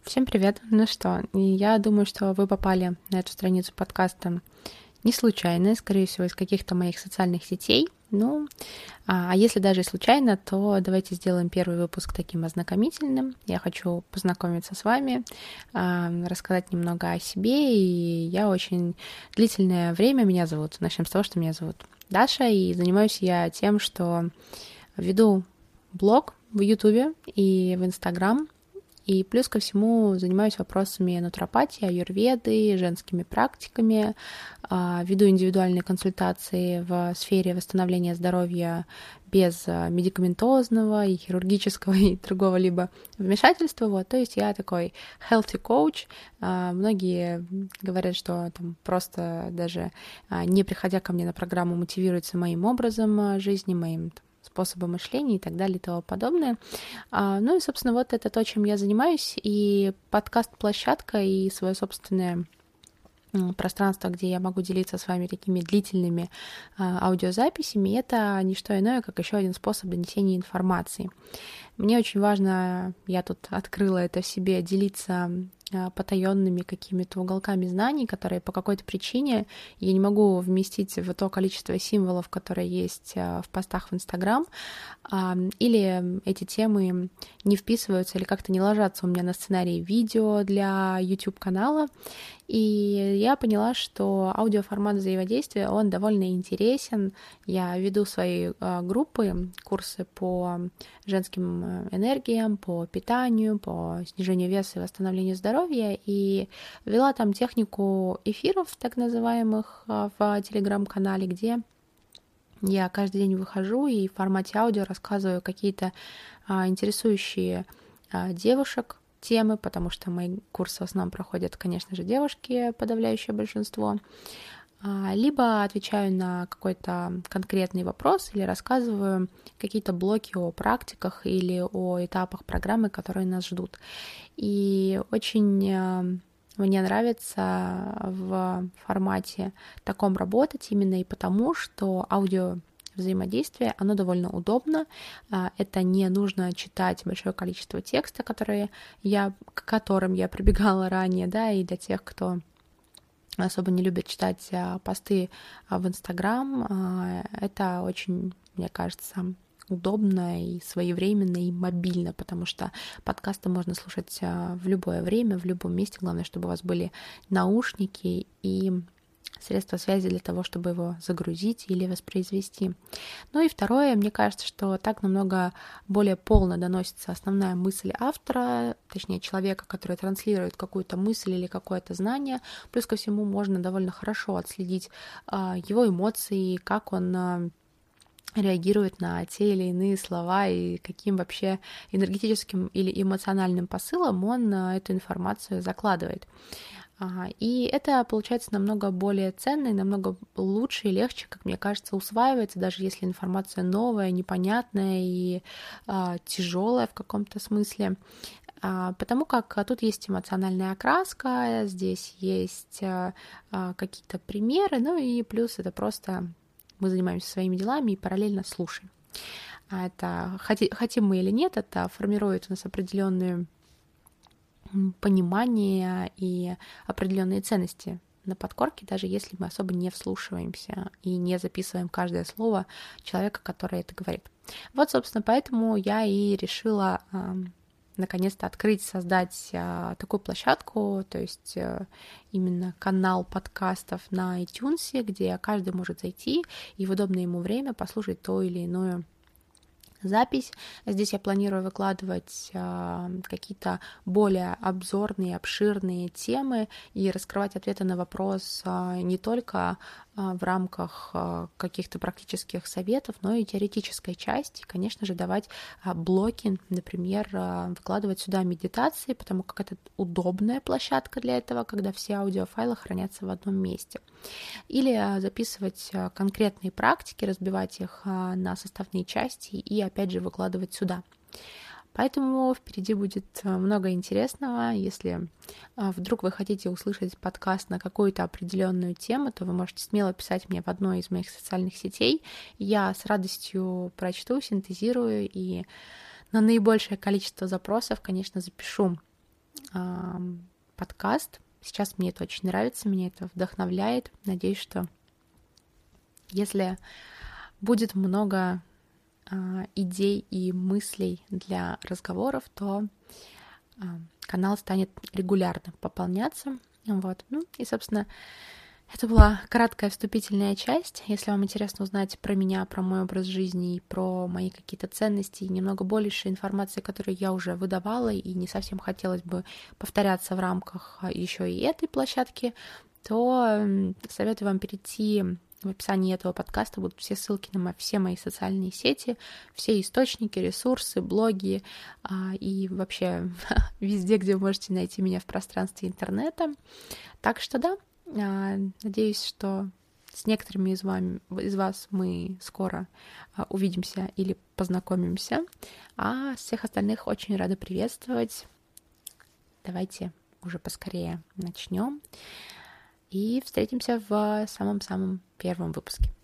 Всем привет! Ну что, я думаю, что вы попали на эту страницу подкаста не случайно, скорее всего, из каких-то моих социальных сетей. А если даже и случайно, то давайте сделаем первый выпуск таким ознакомительным. Я хочу познакомиться с вами, рассказать немного о себе. И я очень длительное время, начнем с того, что меня зовут Даша, и занимаюсь я тем, что веду блог в Ютубе и в Инстаграм. И плюс ко всему занимаюсь вопросами натуропатии, аюрведы, женскими практиками, веду индивидуальные консультации в сфере восстановления здоровья без медикаментозного и хирургического и другого либо вмешательства. То есть я такой healthy coach. Многие говорят, что там просто даже не приходя ко мне на программу мотивируются моим образом жизни, моим способы мышления и так далее и тому подобное. И, собственно, это то, чем я занимаюсь, и подкаст-площадка, и свое собственное пространство, где я могу делиться с вами такими длительными аудиозаписями, это не что иное, как еще один способ донесения информации. Мне очень важно, я тут открыла это в себе, делиться потаенными какими-то уголками знаний, которые по какой-то причине я не могу вместить в то количество символов, которые есть в постах в Инстаграм, или эти темы не вписываются или как-то не ложатся у меня на сценарий видео для YouTube-канала. И я поняла, что аудиоформат взаимодействия, он довольно интересен. Я веду свои группы, курсы по женским энергиям, по питанию, по снижению веса и восстановлению здоровья, и вела там технику эфиров, так называемых, в Телеграм-канале, где я каждый день выхожу и в формате аудио рассказываю какие-то интересующие девушек темы, потому что мои курсы в основном проходят, конечно же, девушки, подавляющее большинство, либо отвечаю на какой-то конкретный вопрос или рассказываю какие-то блоки о практиках или о этапах программы, которые нас ждут. И очень мне нравится в формате таком работать именно и потому, что аудио взаимодействие, оно довольно удобно. Это не нужно читать большое количество текста, к которым я прибегала ранее, да, и для тех, кто особо не любит читать посты в Инстаграм, это очень, мне кажется, удобно и своевременно, и мобильно, потому что подкасты можно слушать в любое время, в любом месте. Главное, чтобы у вас были наушники и средства связи для того, чтобы его загрузить или воспроизвести. И второе, мне кажется, что так намного более полно доносится основная мысль автора, точнее человека, который транслирует какую-то мысль или какое-то знание. Плюс ко всему можно довольно хорошо отследить его эмоции, как он реагирует на те или иные слова и каким вообще энергетическим или эмоциональным посылом он эту информацию закладывает. И это получается намного более ценно и намного лучше и легче, как мне кажется, усваивается, даже если информация новая, непонятная и тяжелая в каком-то смысле. Потому как тут есть эмоциональная окраска, здесь есть какие-то примеры, и плюс это просто мы занимаемся своими делами и параллельно слушаем. Это хотим мы или нет, это формирует у нас определенную понимание и определенные ценности на подкорке, даже если мы особо не вслушиваемся и не записываем каждое слово человека, который это говорит. Собственно, поэтому я и решила наконец-то открыть, создать такую площадку, то есть именно канал подкастов на iTunes, где каждый может зайти и в удобное ему время послушать то или иное запись. Здесь я планирую выкладывать какие-то более обзорные, обширные темы и раскрывать ответы на вопрос не только в рамках каких-то практических советов, но и теоретической части. Конечно же, давать блоки, например, выкладывать сюда медитации, потому как это удобная площадка для этого, когда все аудиофайлы хранятся в одном месте. Или записывать конкретные практики, разбивать их на составные части и, опять же, выкладывать сюда. Поэтому впереди будет много интересного. Если вдруг вы хотите услышать подкаст на какую-то определенную тему, то вы можете смело писать мне в одной из моих социальных сетей. Я с радостью прочту, синтезирую и на наибольшее количество запросов, конечно, запишу подкаст. Сейчас мне это очень нравится, меня это вдохновляет. Надеюсь, что если будет много идей и мыслей для разговоров, то канал станет регулярно пополняться. Вот. Ну и, собственно, это была краткая вступительная часть. Если вам интересно узнать про меня, про мой образ жизни, про мои какие-то ценности, и немного больше информации, которую я уже выдавала, и не совсем хотелось бы повторяться в рамках еще и этой площадки, то советую вам перейти. В описании этого подкаста будут все ссылки на все мои социальные сети, все источники, ресурсы, блоги и вообще везде, где вы можете найти меня в пространстве интернета. Так что да, надеюсь, что с некоторыми из вас мы скоро увидимся или познакомимся, а всех остальных очень рада приветствовать. Давайте уже поскорее начнем и встретимся в самом-самом первом выпуске.